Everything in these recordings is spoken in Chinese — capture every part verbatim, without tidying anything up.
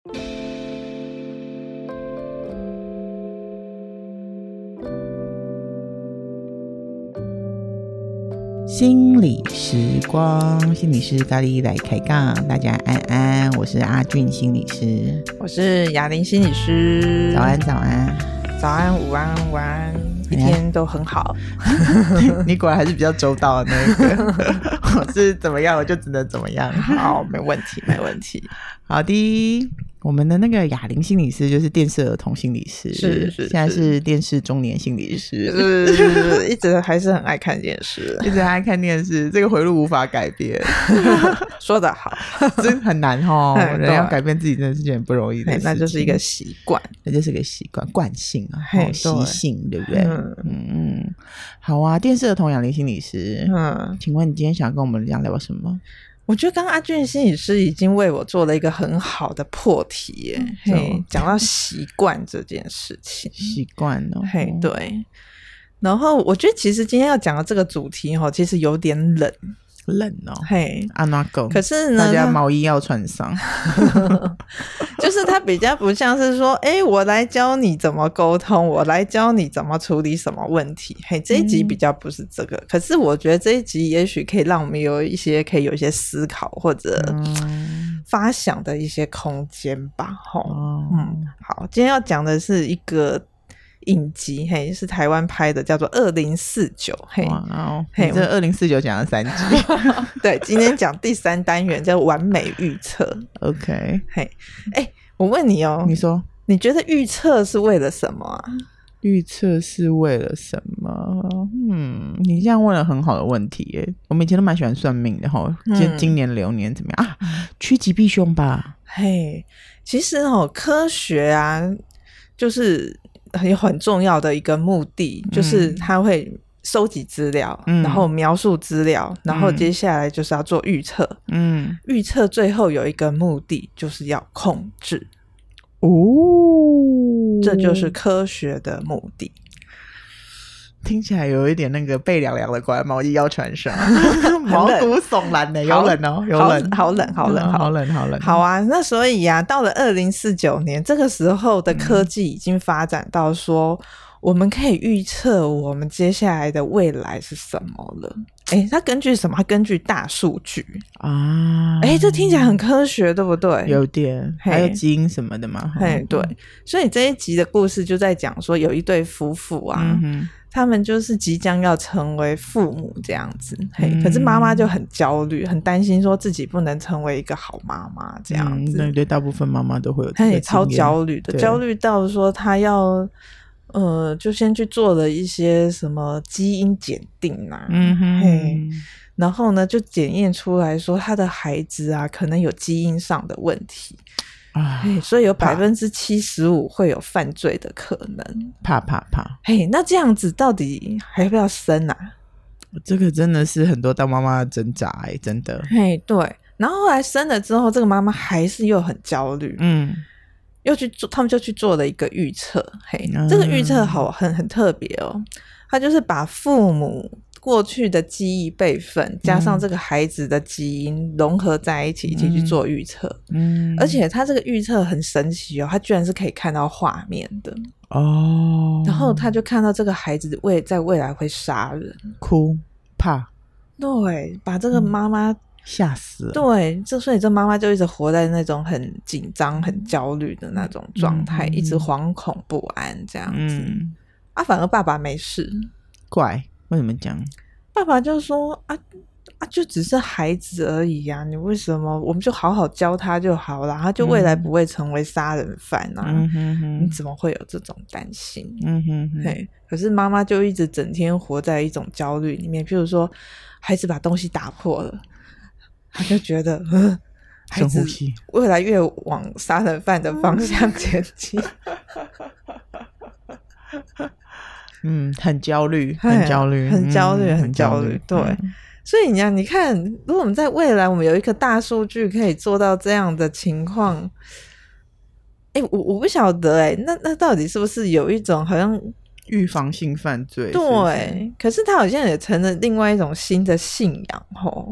心理时光，心理师咖喱来开杠，大家安安，我是阿俊心理师， 我是雅玲心理师。 早安早安早安午安午安，一天都很好。 你果然还是比较周到的那个我是怎么样我就只能怎么样。 好，没问题没问题。 好的，我们的那个雅玲心理师就是电视儿童心理师， 是是， 现在是电视中年心理师， 是是是，一直还是很爱看电视， 一直爱看电视，这个回路无法改变。 说得好， 真很难齁，人要改变自己真的是件不容易的事情， 那就是一个习惯， 那就是个习惯惯性啊，习性，对不对？ 嗯嗯，好啊，电视儿童雅玲心理师，嗯，请问你今天想跟我们聊聊什么？ 我觉得刚刚阿俊心理师已经为我做了一个很好的破题耶，嗯、嘿，讲到习惯这件事情， 习惯哦， 嘿，对。然后我觉得其实今天要讲的这个主题齁，其实有点冷。 冷哦， 嘿， 啊那够， 可是呢， 大家毛衣要穿上。 就是它比较不像是说，哎、欸，我来教你怎么沟通，我来教你怎么处理什么问题。嘿，这一集比较不是这个，嗯、可是我觉得这一集也许可以让我们有一些可以有一些思考或者发想的一些空间吧。齁、哦，嗯，好，今天要讲的是一个影集，嘿，是台湾拍的，叫做二零四九。嘿， 哇，嘿，这二零四九讲了三集。 对，今天讲第三单元叫完美预测。 OK， 嘿，哎、欸，我问你哦， 你说， 你觉得预测是为了什么啊？ 预测是为了什么？嗯，你这样问了很好的问题耶。我们以前都蛮喜欢算命的齁，今、嗯、今年流年怎么样啊？趋吉避凶吧。 嘿，其实哦，科学啊，就是很很重要的一个目的，就是它会收集资料、嗯、然后描述资料、嗯、然后接下来就是要做预测。嗯，预测最后有一个目的就是要控制。哦，这就是科学的目的。 听起来有一点那个背凉凉的关毛衣要穿上，毛骨悚然的，有冷哦，有冷， 好冷，好冷， 好冷，好冷。 好啊，那所以啊，到了二零四九年，这个时候的科技已经发展到说，嗯、我们可以预测我们接下来的未来是什么了。诶，它根据什么？它根据大数据啊！诶，这听起来很科学，对不对？ 有点，还有基因什么的嘛。 嘿，对。所以这一集的故事就在讲说，有一对夫妇啊。嗯，他们就是即将要成为父母这样子，嘿，嗯、可是妈妈就很焦虑，很担心说自己不能成为一个好妈妈这样子。 嗯、对，大部分妈妈都会有这个经验， 超焦虑的，焦虑到说她要呃，就先去做了一些什么基因检定啊，嗯哼，嘿，然后呢就检验出来说她的孩子啊可能有基因上的问题。嘿，所以有百分之七十五会有犯罪的可能， 怕怕怕！ 嘿，那这样子到底还要不要生啊？ 这个真的是很多当妈妈的挣扎哎、欸，真的。 嘿，对。然后后来生了之后，这个妈妈还是又很焦虑，嗯，又去做，他们就去做了一个预测。嘿，嗯、这个预测好很很特别哦，他就是把父母过去的记忆备份加上这个孩子的基因融合在一起，一起去做预测。嗯，而且他这个预测很神奇哦，他居然是可以看到画面的哦。然后他就看到这个孩子未在未来会杀人， 哭怕， 对，把这个妈妈吓死了。 对，这所以这妈妈就一直活在那种很紧张、很焦虑的那种状态，嗯、一直惶恐不安这样子。嗯、啊，反而爸爸没事， 怪。为什么讲？ 爸爸就说啊啊，就只是孩子而已啊，你为什么我们就好好教他就好了，他就未来不会成为杀人犯啊、嗯、哼哼，你怎么会有这种担心？嗯哼哼，嘿，可是妈妈就一直整天活在一种焦虑里面，譬如说孩子把东西打破了，他就觉得呃孩子未来越往杀人犯的方向前进。 嗯，很焦虑，很焦虑， 很焦虑，很焦虑。对，嗯、所以你看，你看，如果我们在未来，我们有一个大数据可以做到这样的情况，哎，我我不晓得、欸，哎，那那到底是不是有一种好像预防性犯罪？ 对，是是可是它好像也成了另外一种新的信仰，吼。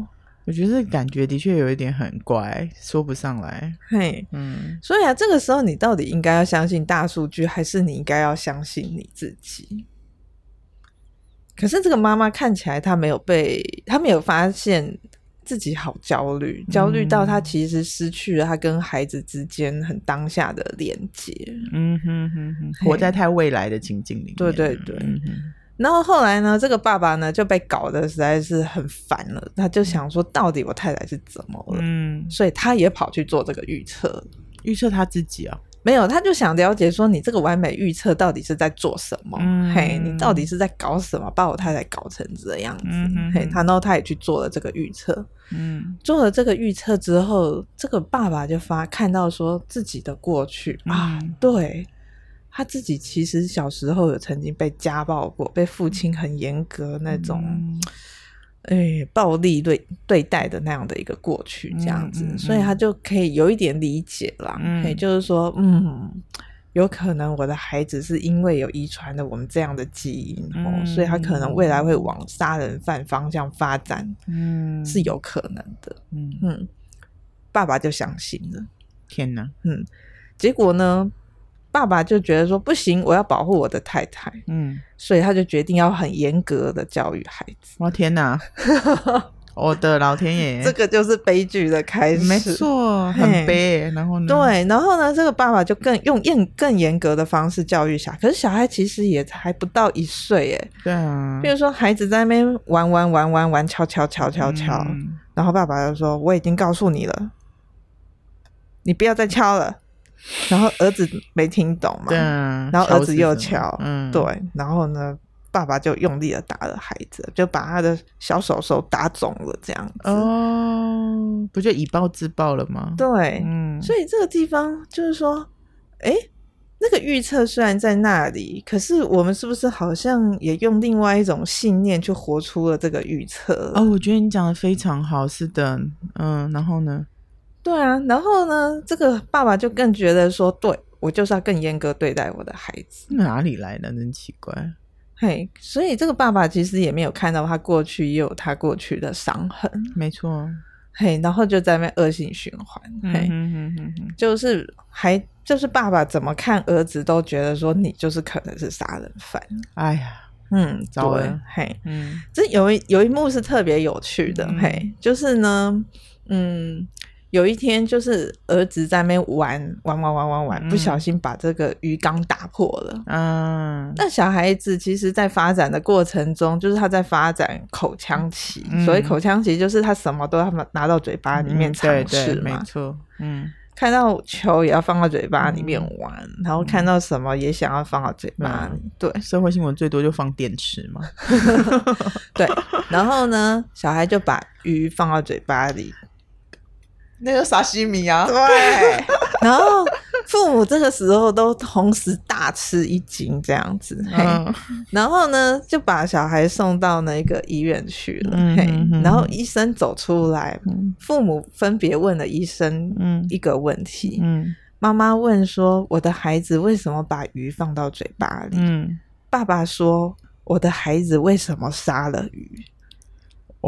我觉得这感觉的确有一点很怪，说不上来。 嘿，嗯，所以啊，这个时候你到底应该要相信大数据，还是你应该要相信你自己？可是这个妈妈看起来她没有被，她没有发现自己好焦虑，焦虑到她其实失去了她跟孩子之间很当下的连接。嗯哼哼哼，活在太未来的情境里面。 对对对。嗯哼，然后后来呢，这个爸爸呢就被搞得实在是很烦了，他就想说到底我太太是怎么了，嗯，所以他也跑去做这个预测。 预测他自己啊？ 没有，他就想了解说你这个完美预测到底是在做什么，嗯，嘿，你到底是在搞什么，把我太太搞成这样子，嗯，嘿，然后他也去做了这个预测，嗯，做了这个预测之后，这个爸爸就发看到说自己的过去，嗯，啊，对，他自己其实小时候有曾经被家暴过，被父亲很严格那种，嗯，哎，暴力对对待的那样的一个过去，这样子，嗯嗯嗯，所以他就可以有一点理解啦，嗯，也就是说，嗯，有可能我的孩子是因为有遗传了我们这样的基因，嗯，所以他可能未来会往杀人犯方向发展，嗯，是有可能的，嗯嗯，爸爸就相信了， 天哪， 嗯，结果呢？爸爸就觉得说不行，我要保护我的太太，嗯，所以他就决定要很严格的教育孩子。 哇天哪，我的老天爷， 这个就是悲剧的开始。 没错，很悲。然后呢？ 对，然后呢，这个爸爸就更用更更严格的方式教育小孩，可是小孩其实也还不到一岁耶。 对啊， 比如说孩子在那边玩玩玩玩玩敲敲敲敲敲，嗯，然后爸爸就说我已经告诉你了，你不要再敲了。然后儿子没听懂嘛，对啊，然后儿子又敲，嗯，对，然后呢，爸爸就用力的打了孩子，就把他的小手手打肿了，这样子。 哦，不就以暴制暴了吗？ 对，嗯，所以这个地方就是说，哎，那个预测虽然在那里，可是我们是不是好像也用另外一种信念去活出了这个预测？ 哦，我觉得你讲的非常好，是的，嗯，然后呢？ 对啊，然后呢，这个爸爸就更觉得说，对，我就是要更严格对待我的孩子。 哪里来的？真奇怪。 嘿，所以这个爸爸其实也没有看到他过去也有他过去的伤痕。 没错。 嘿，然后就在那边恶性循环。嘿，嗯哼哼哼，就是还就是爸爸怎么看儿子都觉得说你就是可能是杀人犯。 哎呀，嗯，糟了。 嘿，嗯，这有一有一幕是特别有趣的。嗯，嘿，就是呢，嗯。有一天就是儿子在那边玩玩玩玩玩玩、嗯、不小心把这个鱼缸打破了。嗯，那小孩子其实在发展的过程中，就是他在发展口腔期、嗯、所谓口腔期就是他什么都要拿到嘴巴里面尝试嘛、嗯、 没错。嗯， 看到球也要放到嘴巴里面玩、嗯、然后看到什么也想要放到嘴巴里、嗯、对， 社会新闻最多就放电池嘛。 对，然后呢小孩就把鱼放到嘴巴里， 那个沙西米啊， 对，然后父母这个时候都同时大吃一惊这样子、嗯、然后呢就把小孩送到那个医院去了、嗯嗯嗯、然后医生走出来、嗯、父母分别问了医生一个问题、嗯、妈妈问说我的孩子为什么把鱼放到嘴巴里、嗯、爸爸说我的孩子为什么杀了鱼。哦，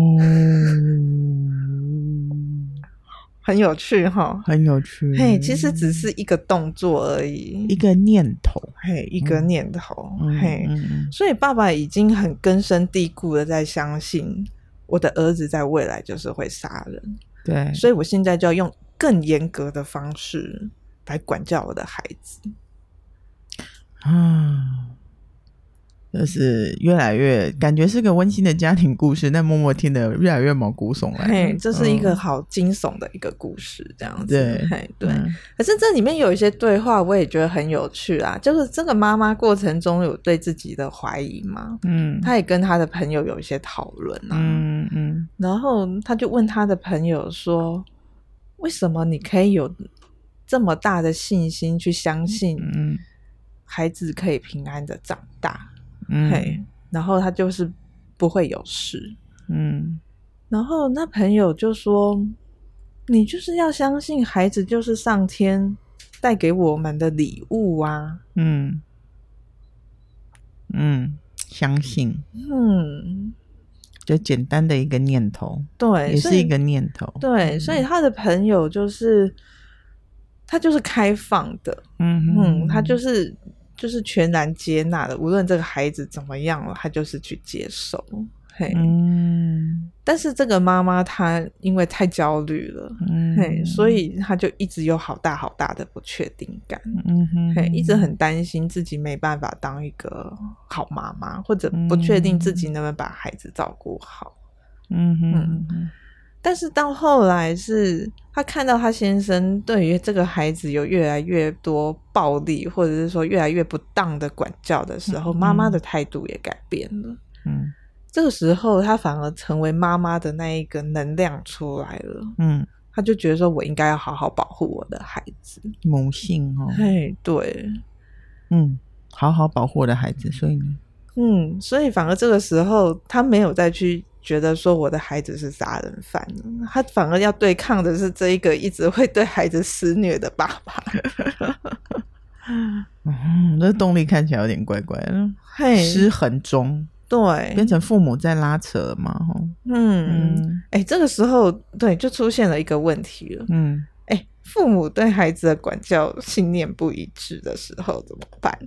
很有趣齁， 很有趣。 嘿，其实只是一个动作而已， 一个念头， 嘿，一个念头，嗯、嘿、嗯，所以爸爸已经很根深蒂固的在相信我的儿子在未来就是会杀人， 对， 所以我现在就要用更严格的方式来管教我的孩子。 啊。就是越来越感觉是个温馨的家庭故事，但默默听得越来越毛骨悚然。 嘿，这是一个好惊悚的一个故事，这样子。 对， 嘿对、嗯。可是这里面有一些对话，我也觉得很有趣啊。就是这个妈妈过程中有对自己的怀疑嘛，嗯，她也跟她的朋友有一些讨论啊，嗯嗯，然后她就问她的朋友说：“为什么你可以有这么大的信心去相信，嗯，孩子可以平安的长大？”嗯，嘿，然后他就是不会有事，嗯，然后那朋友就说你就是要相信孩子就是上天带给我们的礼物啊，嗯嗯，相信， 嗯， 就简单的一个念头， 对， 也是一个念头， 对，所以他的朋友就是他就是开放的，嗯嗯，他就是就是全然接纳的，无论这个孩子怎么样了，他就是去接受。嘿，嗯，但是这个妈妈她因为太焦虑了，嗯，嘿，所以她就一直有好大好大的不确定感，嗯哼，嘿，一直很担心自己没办法当一个好妈妈，或者不确定自己能不能把孩子照顾好，嗯哼，嗯，但是到后来是她看到她先生对于这个孩子有越来越多暴力，或者是说越来越不当的管教的时候，嗯，妈妈的态度也改变了，嗯。这个时候他反而成为妈妈的那一个能量出来了，嗯，他就觉得说我应该要好好保护我的孩子， 母性哦， 嘿，对， 嗯，好好保护我的孩子，所以呢， 嗯，所以反而这个时候他没有再去觉得说我的孩子是杀人犯，他反而要对抗的是这一个一直会对孩子施虐的爸爸。 嗯，这动力看起来有点怪怪的，嘿，失衡中。 对， 变成父母在拉扯嘛， 嗯，哎、欸，这个时候对就出现了一个问题了，嗯，哎、欸，父母对孩子的管教信念不一致的时候怎么办？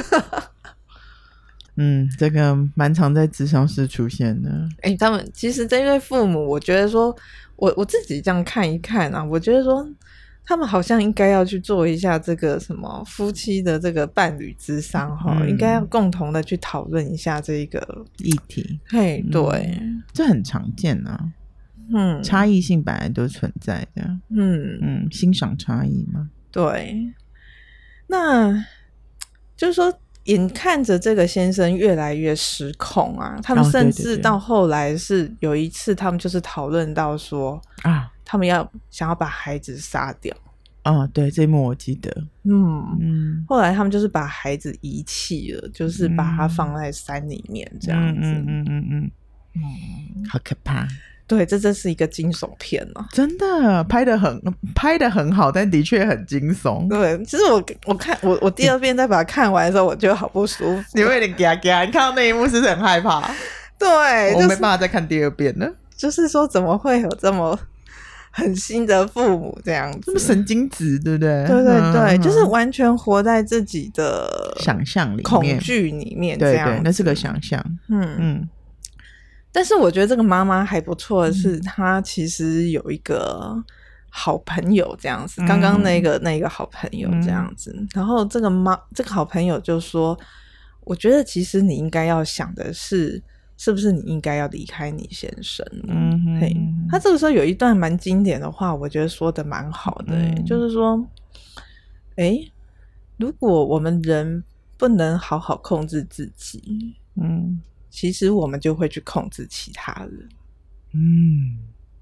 嗯，这个蛮常在咨商室出现的。 哎、欸，他们其实这对父母，我觉得说，我我自己这样看一看啊，我觉得说。他们好像应该要去做一下这个什么夫妻的这个伴侣咨商齁、嗯、应该要共同的去讨论一下这个议题。 嘿，对、 嗯、这很常见啊，嗯，差异性本来都存在的，嗯嗯，欣赏差异嘛。 对，那就是说眼看着这个先生越来越失控啊，他们甚至到后来是有一次他们就是讨论到说啊，他们要想要把孩子杀掉。 哦，对，这一幕我记得。 嗯嗯，后来他们就是把孩子遗弃了，就是把他放在山里面这样子。嗯嗯嗯嗯嗯，好可怕。 对，这真是一个惊悚片啊！ 真的拍得很拍得很好，但的确很惊悚。 对，其实我我看我我第二遍再把它看完的时候，我觉得好不舒服。 你会有点嘎嘎，你看到那一幕是不是很害怕？ 对， 我没办法再看第二遍了。 就是说，怎么会有这么狠心的父母这样子？ 这么神经质，对不对？ 对对对，嗯、就是完全活在自己的想象里面、 恐惧里面这样子。 对对，那是个想象。嗯嗯。 但是我觉得这个妈妈还不错的是，她其实有一个好朋友这样子。刚刚那个那个好朋友这样子，嗯、然后这个妈这个好朋友就说：“我觉得其实你应该要想的是，是不是你应该要离开你先生？”嗯哼，嘿，他这个时候有一段蛮经典的话，我觉得说的蛮好的、欸嗯，就是说，哎，如果我们人不能好好控制自己，嗯。其实我们就会去控制其他人。 嗯，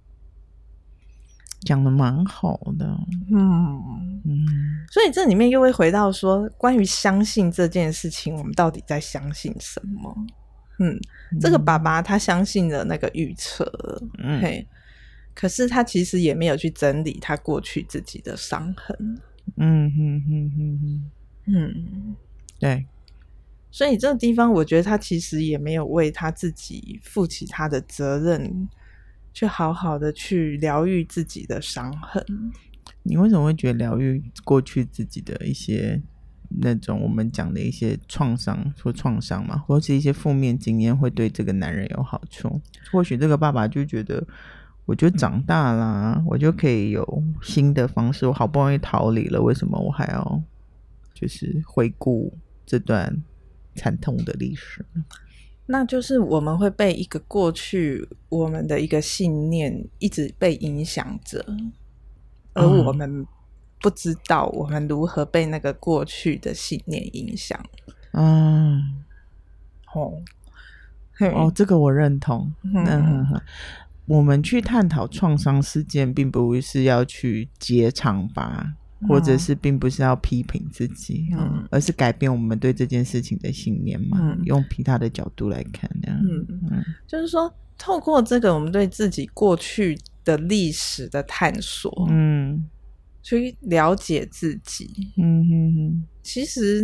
讲得蛮好的。 嗯嗯，所以这里面又会回到说，关于相信这件事情，我们到底在相信什么？嗯，这个爸爸他相信了那个预测了，嗯，嘿，可是他其实也没有去整理他过去自己的伤痕。嗯哼哼哼哼，嗯， 对。 所以这个地方我觉得他其实也没有为他自己负起他的责任，去好好的去疗愈自己的伤痕。 你为什么会觉得疗愈过去自己的一些那种我们讲的一些创伤或创伤嘛，或是一些负面经验会对这个男人有好处？或许这个爸爸就觉得我就长大啦，我就可以有新的方式，我好不容易逃离了，为什么我还要就是回顾这段惨痛的历史？ 那就是我们会被一个过去我们的一个信念一直被影响着，而我们不知道我们如何被那个过去的信念影响。嗯， 哦，哦，这个我认同。嗯哼哼，我们去探讨创伤事件，并不是要去揭疮疤，或者是并不是要批评自己、嗯嗯、而是改变我们对这件事情的信念嘛、嗯、用其他的角度来看这样、嗯嗯、就是说透过这个我们对自己过去的历史的探索，嗯，去了解自己。嗯哼哼，其实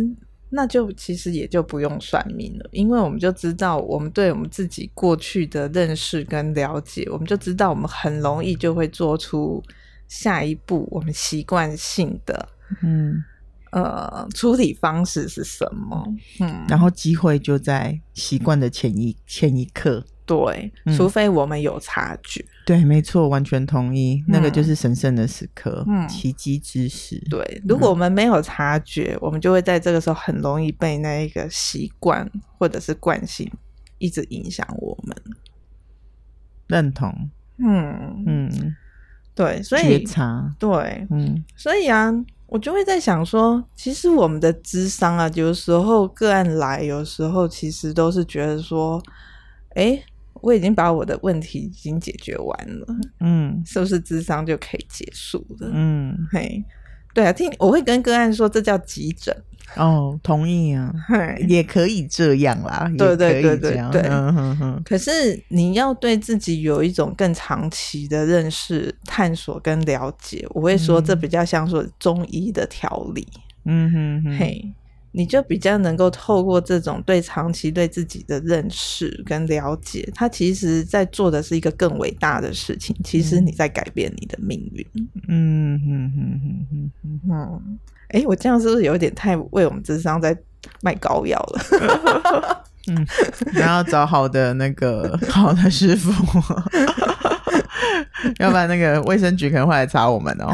那就其实也就不用算命了，因为我们就知道我们对我们自己过去的认识跟了解，我们就知道我们很容易就会做出下一步我们习惯性的嗯呃处理方式是什么， 嗯，然后机会就在习惯的前一前一刻， 对、嗯、除非我们有察觉， 对，没错，完全同意、嗯、那个就是神圣的时刻、嗯、奇迹之时。 对，如果我们没有察觉、嗯、我们就会在这个时候很容易被那个习惯或者是惯性一直影响我们。 认同。嗯嗯， 对，所以觉察， 对，嗯，所以啊我就会在想说，其实我们的諮商啊，有时候个案来，有时候其实都是觉得说，诶，我已经把我的问题已经解决完了，嗯，是不是諮商就可以结束了？嗯，嘿，对啊，听我会跟个案说，这叫急诊。 哦，同意啊，也可以这样啦， 对对对对对。 嗯哼哼。 可是你要对自己有一种更长期的认识、探索跟了解，我会说这比较像说中医的调理。嗯哼哼。嘿，你就比较能够透过这种对长期对自己的认识跟了解，它其实在做的是一个更伟大的事情，其实你在改变你的命运。嗯哼哼哼哼哼。嗯，哎，我这样是不是有点太为我们諮商在卖膏药了？ 嗯，然后找好的那个好的师傅，要不然那个卫生局可能会来查我们哦。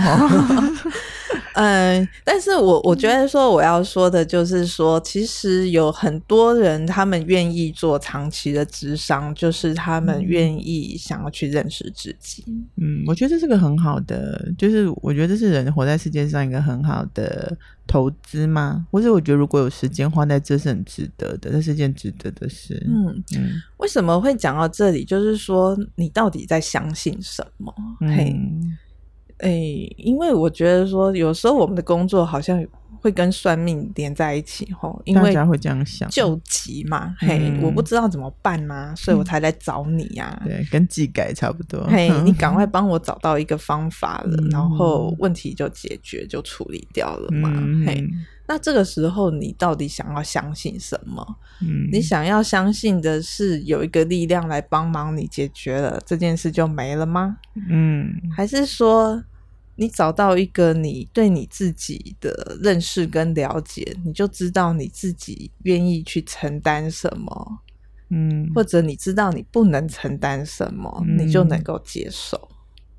嗯，但是我我觉得说我要说的就是说，其实有很多人他们愿意做长期的諮商，就是他们愿意想要去认识自己。 嗯，我觉得这是个很好的，就是我觉得这是人活在世界上一个很好的投资嘛，或是我觉得如果有时间花在这是很值得的，这是件值得的事。嗯嗯，为什么会讲到这里？就是说你到底在相信什么？嗯、嘿。诶，因为我觉得说有时候我们的工作好像会跟算命连在一起齁，因为大家会这样想， 救急嘛，嗯、嘿，我不知道怎么办啊，所以我才来找你啊。 嗯、对，跟技改差不多。 嘿，你赶快帮我找到一个方法了，嗯、然后问题就解决，就处理掉了嘛。嗯、嘿，那这个时候你到底想要相信什么？嗯、你想要相信的是有一个力量来帮忙你解决了这件事就没了吗？嗯，还是说你找到一个你对你自己的认识跟了解，你就知道你自己愿意去承担什么，嗯，或者你知道你不能承担什么，嗯、你就能够接受。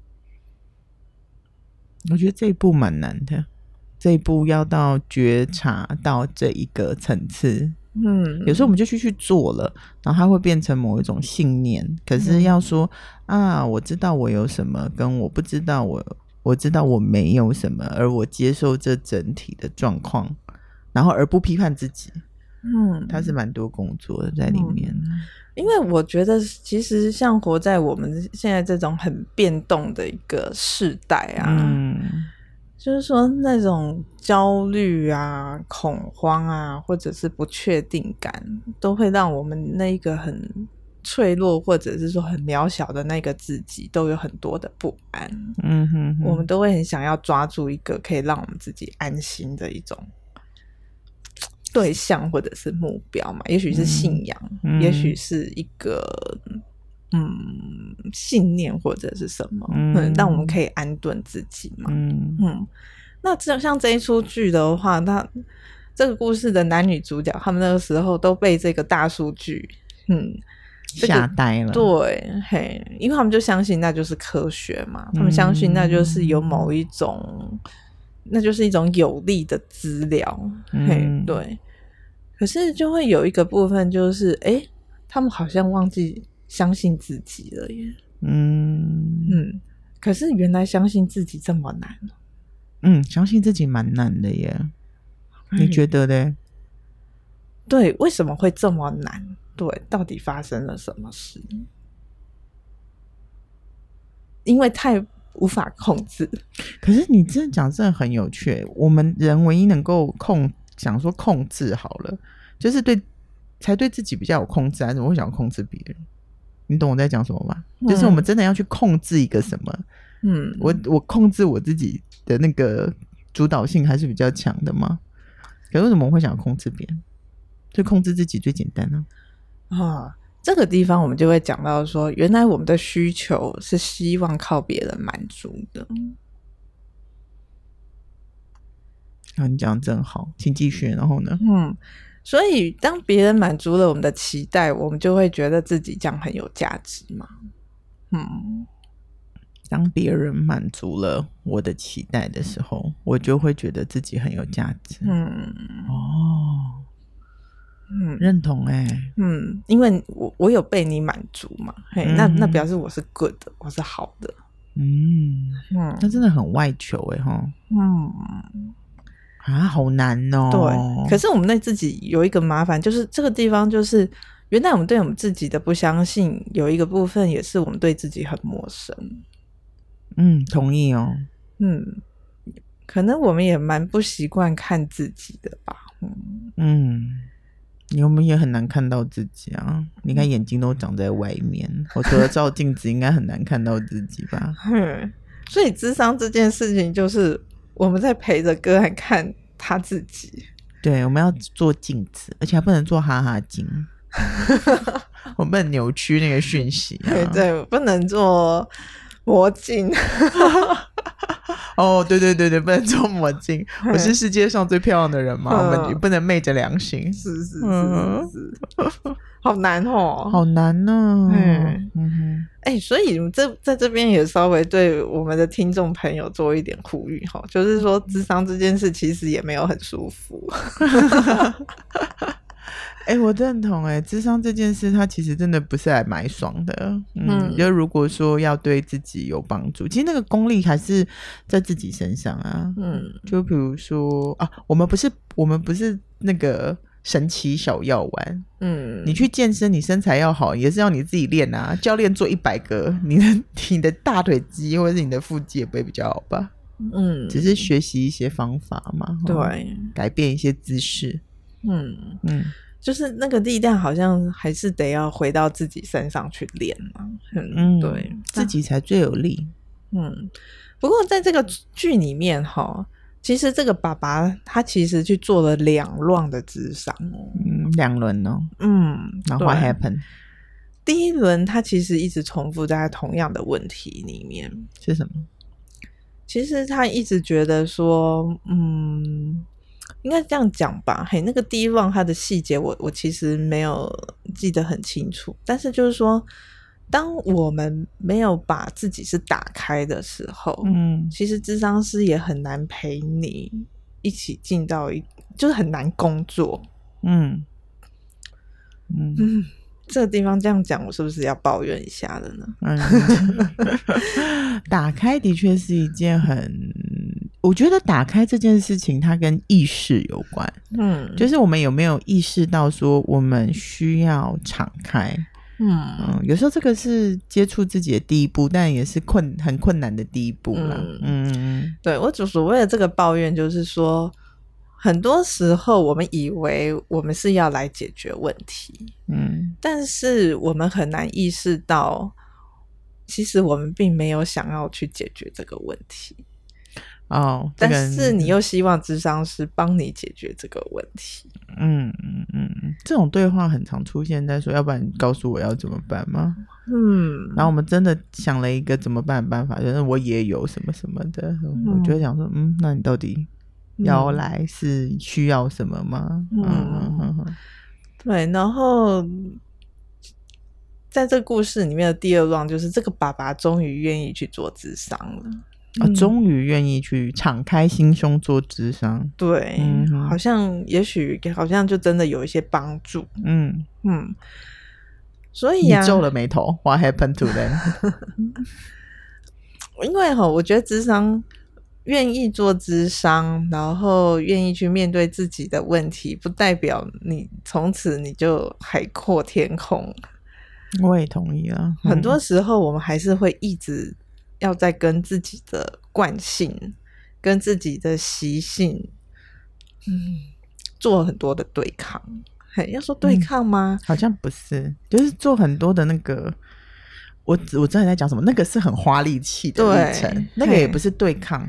我觉得这一步蛮难的，这一步要到觉察到这一个层次。嗯，有时候我们就去去做了，然后它会变成某一种信念。可是要说、嗯、啊，我知道我有什么，跟我不知道我我知道我没有什么，而我接受这整体的状况，然后而不批判自己。嗯，它是蛮多工作的在里面。嗯、 因为我觉得其实像活在我们现在这种很变动的一个世代啊。嗯，就是说那种焦虑啊、恐慌啊，或者是不确定感，都会让我们那个很脆弱或者是说很渺小的那个自己都有很多的不安。嗯哼哼，我们都会很想要抓住一个可以让我们自己安心的一种对象或者是目标嘛，也许是信仰、嗯、也许是一个嗯信念或者是什么、嗯、让我们可以安顿自己嘛。嗯嗯，那这像这一出剧的话，那这个故事的男女主角他们那个时候都被这个大数据嗯吓呆了。 对，嘿，因为他们就相信那就是科学嘛，他们相信那就是有某一种、嗯、那就是一种有利的资料、嗯、嘿，对。可是就会有一个部分就是诶他们好像忘记相信自己了耶。嗯嗯，可是原来相信自己这么难。 嗯，相信自己蛮难的耶。你觉得呢？ 对，为什么会这么难？对，到底发生了什么事？因为太无法控制。 可是你真的讲真的很有趣，我们人唯一能够控想说控制好了，就是对才对自己比较有控制，还是我会想控制别人？你懂我在讲什么吗？嗯、就是我们真的要去控制一个什么？嗯，我我控制我自己的那个主导性还是比较强的吗？ 可是为什么会想控制别人？就控制自己最简单呢、 啊？哦，这个地方我们就会讲到说，原来我们的需求是希望靠别人满足的。 啊，你讲得真好，请继续。然后呢？ 嗯，所以当别人满足了我们的期待，我们就会觉得自己这样很有价值嘛。嗯， 当别人满足了我的期待的时候，我就会觉得自己很有价值。嗯，哦，嗯，认同哎、欸， 嗯，因为我我有被你满足嘛，嘿，嗯、那那表示我是 good 的，我是好的。嗯嗯，那真的很外求哎、欸、哈。嗯。啊，好难哦。 对，可是我们对自己有一个麻烦，就是这个地方就是原来我们对我们自己的不相信，有一个部分也是我们对自己很陌生。 嗯，同意哦。 嗯，可能我们也蛮不习惯看自己的吧。嗯嗯，我们也很难看到自己啊。你看眼睛都长在外面，我除了照镜子应该很难看到自己吧。 嗯，所以諮商这件事情就是我们在陪着个案看他自己。 对，我们要做镜子，而且还不能做哈哈镜。我们不能扭曲那个讯息、啊、 对对，不能做魔镜。 哦，对对对对，不能做魔镜。我是世界上最漂亮的人嘛，我们不能昧着良心。 是是是是是，好难哦， 好难呢、哦。嗯嗯，哎、欸，所以这在这边也稍微对我们的听众朋友做一点呼吁哈，就是说諮商这件事其实也没有很舒服。 哎、欸，我认同哎、欸，諮商这件事它其实真的不是来买爽的。嗯，嗯就如果说要对自己有帮助，其实那个功力还是在自己身上啊。嗯，就比如说啊，我们不是我们不是那个神奇小药丸。嗯，你去健身，你身材要好，也是要你自己练啊。教练做一百个，你的你的大腿肌或者是你的腹肌也不会比较好吧？嗯，只是学习一些方法嘛。 对， 改变一些姿势。嗯嗯。就是那个力量好像还是得要回到自己身上去练嘛。嗯，嗯对， 自己才最有力。 嗯，不过在这个剧里面哈，其实这个爸爸他其实去做了两轮的諮商哦。 嗯，两轮哦。嗯，然后 what happened？ 第一轮他其实一直重复在同样的问题里面。 是什么？ 其实他一直觉得说，嗯。应该这样讲吧，嘿，那个第一 round 它的细节我我其实没有记得很清楚，但是就是说，当我们没有把自己是打开的时候，嗯，其实諮商師也很难陪你一起进到一，就是很难工作，嗯嗯嗯，这个地方这样讲，我是不是要抱怨一下的呢？ 嗯，打开的确是一件很。我觉得打开这件事情它跟意识有关。嗯，就是我们有没有意识到说我们需要敞开。 嗯, 嗯有时候这个是接触自己的第一步，但也是困很困难的第一步啦。嗯嗯，对，我所谓的这个抱怨就是说很多时候我们以为我们是要来解决问题，嗯，但是我们很难意识到其实我们并没有想要去解决这个问题。哦，但是你又希望諮商師幫你解決這個問題。 嗯嗯嗯，這種對話很常出現在說要不然你告訴我要怎麼辦嗎？嗯，然後我們真的想了一個怎麼辦的辦法，就是我也有什麼什麼的，嗯，我就會想說嗯，那你到底要來是需要什麼嗎？嗯嗯嗯嗯， 對，然後在這個故事裡面的第二 round 就是這個爸爸終於願意去做諮商了。 啊，終於願意去敞開心胸做諮商。 對，嗯，好像也許好像就真的有一些幫助。嗯嗯，所以啊， 你皺了眉頭 What happened to them？ 因為齁我覺得諮商願意做諮商，然後願意去面對自己的問題，不代表你從此你就海闊天空。 我也同意啊， 很多時候我們還是會一直要在跟自己的慣性跟自己的習性嗯，做很多的對抗。嘿，要說對抗嗎？ 嗯，好像不是，就是做很多的那個我我知道你在講什麼，那個是很花力氣的歷程，那個也不是對抗，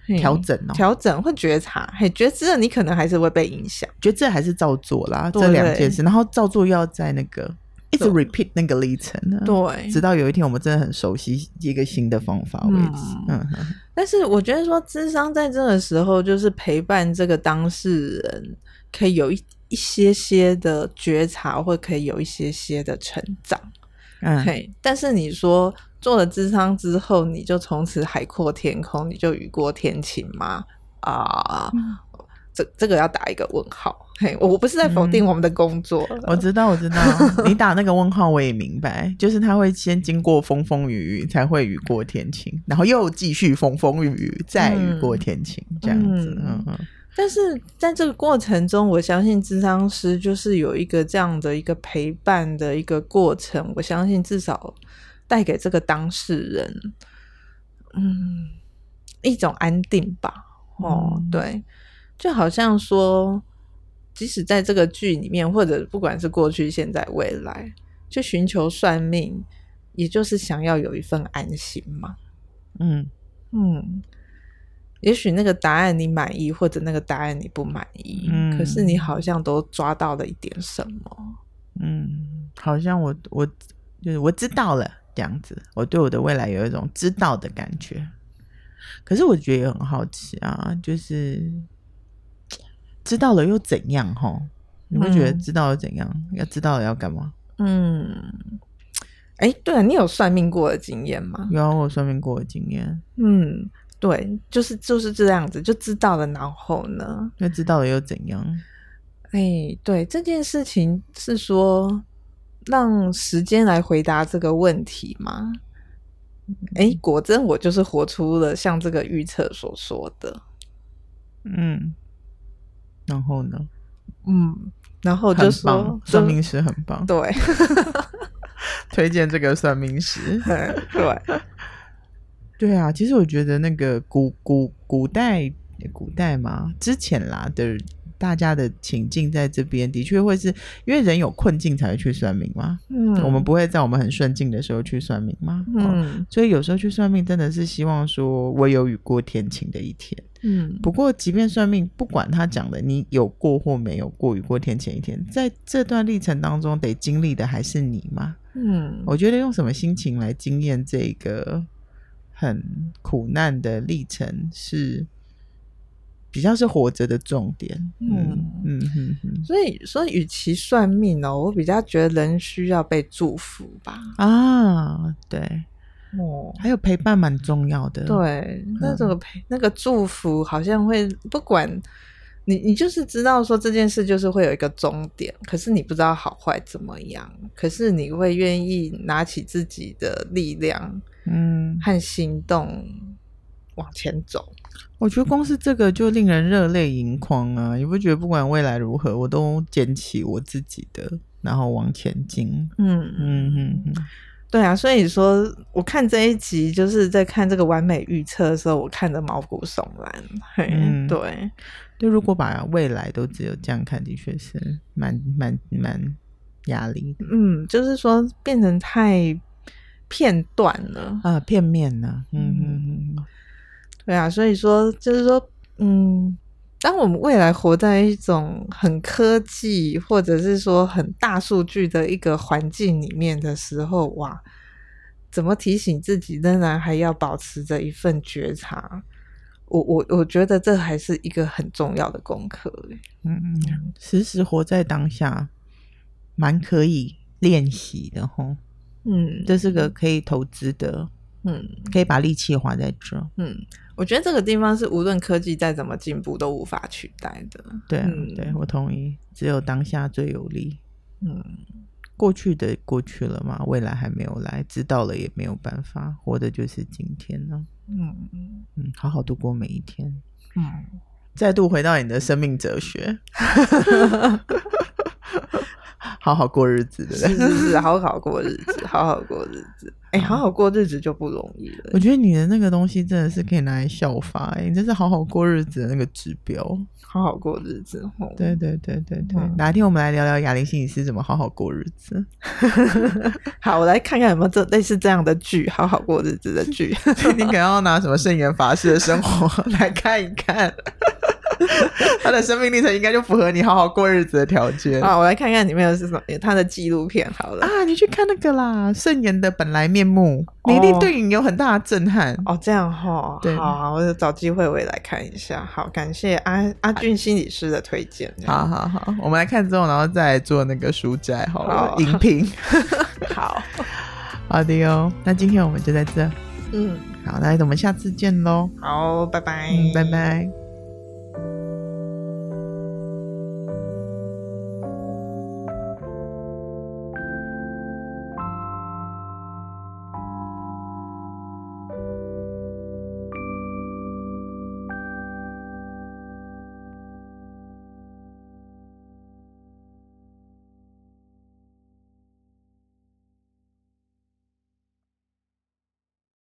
调整哦， 调整会觉察，嘿，觉知了你可能还是会被影响， 觉知还是照做啦，这两件事，然后照做又要在那个一直 repeat 那个历程呢， 对， 直到有一天我们真的很熟悉一个新的方法为止。嗯嗯， 但是我觉得说諮商在这个时候就是陪伴这个当事人，可以有一一些些的觉察，或可以有一些些的成长。嗯，嘿，但是你说做了諮商之后，你就从此海阔天空，你就雨过天晴吗？啊、呃嗯，这这个要打一个问号。嘿，我不是在否定我们的工作、嗯、 我知道我知道你打那个问号我也明白，就是他会先经过风风雨雨才会雨过天晴，然后又继续风风雨雨再雨过天晴、嗯、这样子。嗯嗯， 但是在这个过程中，我相信諮商师就是有一个这样的一个陪伴的一个过程，我相信至少带给这个当事人嗯一种安定吧。哦、嗯，对，就好像说即使在这个剧里面，或者不管是过去现在未来，去寻求算命也就是想要有一份安心嘛。嗯嗯，也许那个答案你满意，或者那个答案你不满意、嗯、可是你好像都抓到了一点什么。 嗯，好像我我就是我知道了这样子，我对我的未来有一种知道的感觉。可是我觉得也很好奇啊，就是知道了又怎样齁？你会觉得知道了怎样、嗯、要知道了要干嘛？嗯， 哎，对啊，你有算命过的经验吗？ 有，我有算命过的经验。 嗯，对，就是就是这样子，就知道了，然后呢？ 那知道了又怎样？ 哎，对，这件事情是说让时间来回答这个问题吗？哎，果真我就是活出了像这个预测所说的。 嗯，然后呢？ 嗯，然后就说算命师很棒， 对， 推荐这个算命师。 对， 对啊，其实我觉得那个古古古代古代嘛，之前啦的大家的情境在这边的确会是因为人有困境才会去算命嘛。嗯，我们不会在我们很顺境的时候去算命嘛。嗯、哦，所以有时候去算命真的是希望说我有雨过天晴的一天。嗯，不过即便算命不管他讲的你有过或没有过雨过天晴一天，在这段历程当中得经历的还是你嘛。嗯，我觉得用什么心情来经验这个很苦难的历程是比较是活着的重点。嗯嗯嗯嗯， 所以所以与其算命哦，我比较觉得人需要被祝福吧。 啊，对哦，还有陪伴蛮重要的。 对，那这个陪、嗯、那个祝福好像会不管你你就是知道说这件事就是会有一个终点，可是你不知道好坏怎么样，可是你会愿意拿起自己的力量嗯和行动往前走。 我觉得光是这个就令人热泪盈眶啊！你不觉得不管未来如何我都捡起我自己的然后往前进。嗯嗯嗯嗯， 对啊，所以说我看这一集就是在看这个完美预测的时候，我看得毛骨悚然。嗯，对就如果把未来都只有这样看，的确是蛮蛮蛮压力的。 嗯，就是说变成太片段了啊，片面了。嗯嗯嗯， 对啊，所以说就是说嗯当我们未来活在一种很科技或者是说很大数据的一个环境里面的时候，哇，怎么提醒自己仍然还要保持着一份觉察，我我我觉得这还是一个很重要的功课。 嗯嗯，时时活在当下蛮可以练习的齁。嗯，这是个可以投资的，嗯，可以把力气花在这。 嗯，我觉得这个地方是无论科技再怎么进步都无法取代的。 对啊、嗯、对，我同意，只有当下最有利。嗯，过去的过去了嘛，未来还没有来，知道了也没有办法，活的就是今天呢。嗯嗯，好好度过每一天。嗯，再度回到你的生命哲学。 好好过日子，对不对？ 是是是，好好过日子，好好过日子。哎、欸，好好过日子就不容易了。 我觉得你的那个东西真的是可以拿来效法、欸，你这是好好过日子的那个指标。 好好过日子， 对对对对对、嗯。哪一天我们来聊聊雅玲心理师怎么好好过日子。 好，我来看看有没有这类似这样的剧，好好过日子的剧。 你可能要拿什么圣严法师的生活来看一看。他的生命历程应该就符合你好好过日子的条件啊！我来看看里面有是什么他的纪录片好了啊！你去看那个啦，圣严的本来面目，哦、你一定对你有很大的震撼哦。这样齁，对，好，我找机会我也来看一下。好，感谢阿阿俊心理师的推荐。 好好好，我们来看之后，然后再来做那个书斋好了，影评。 好好的哟，那今天我们就在这。 嗯， 好，那我们下次见喽。 好，拜拜。 嗯，拜拜。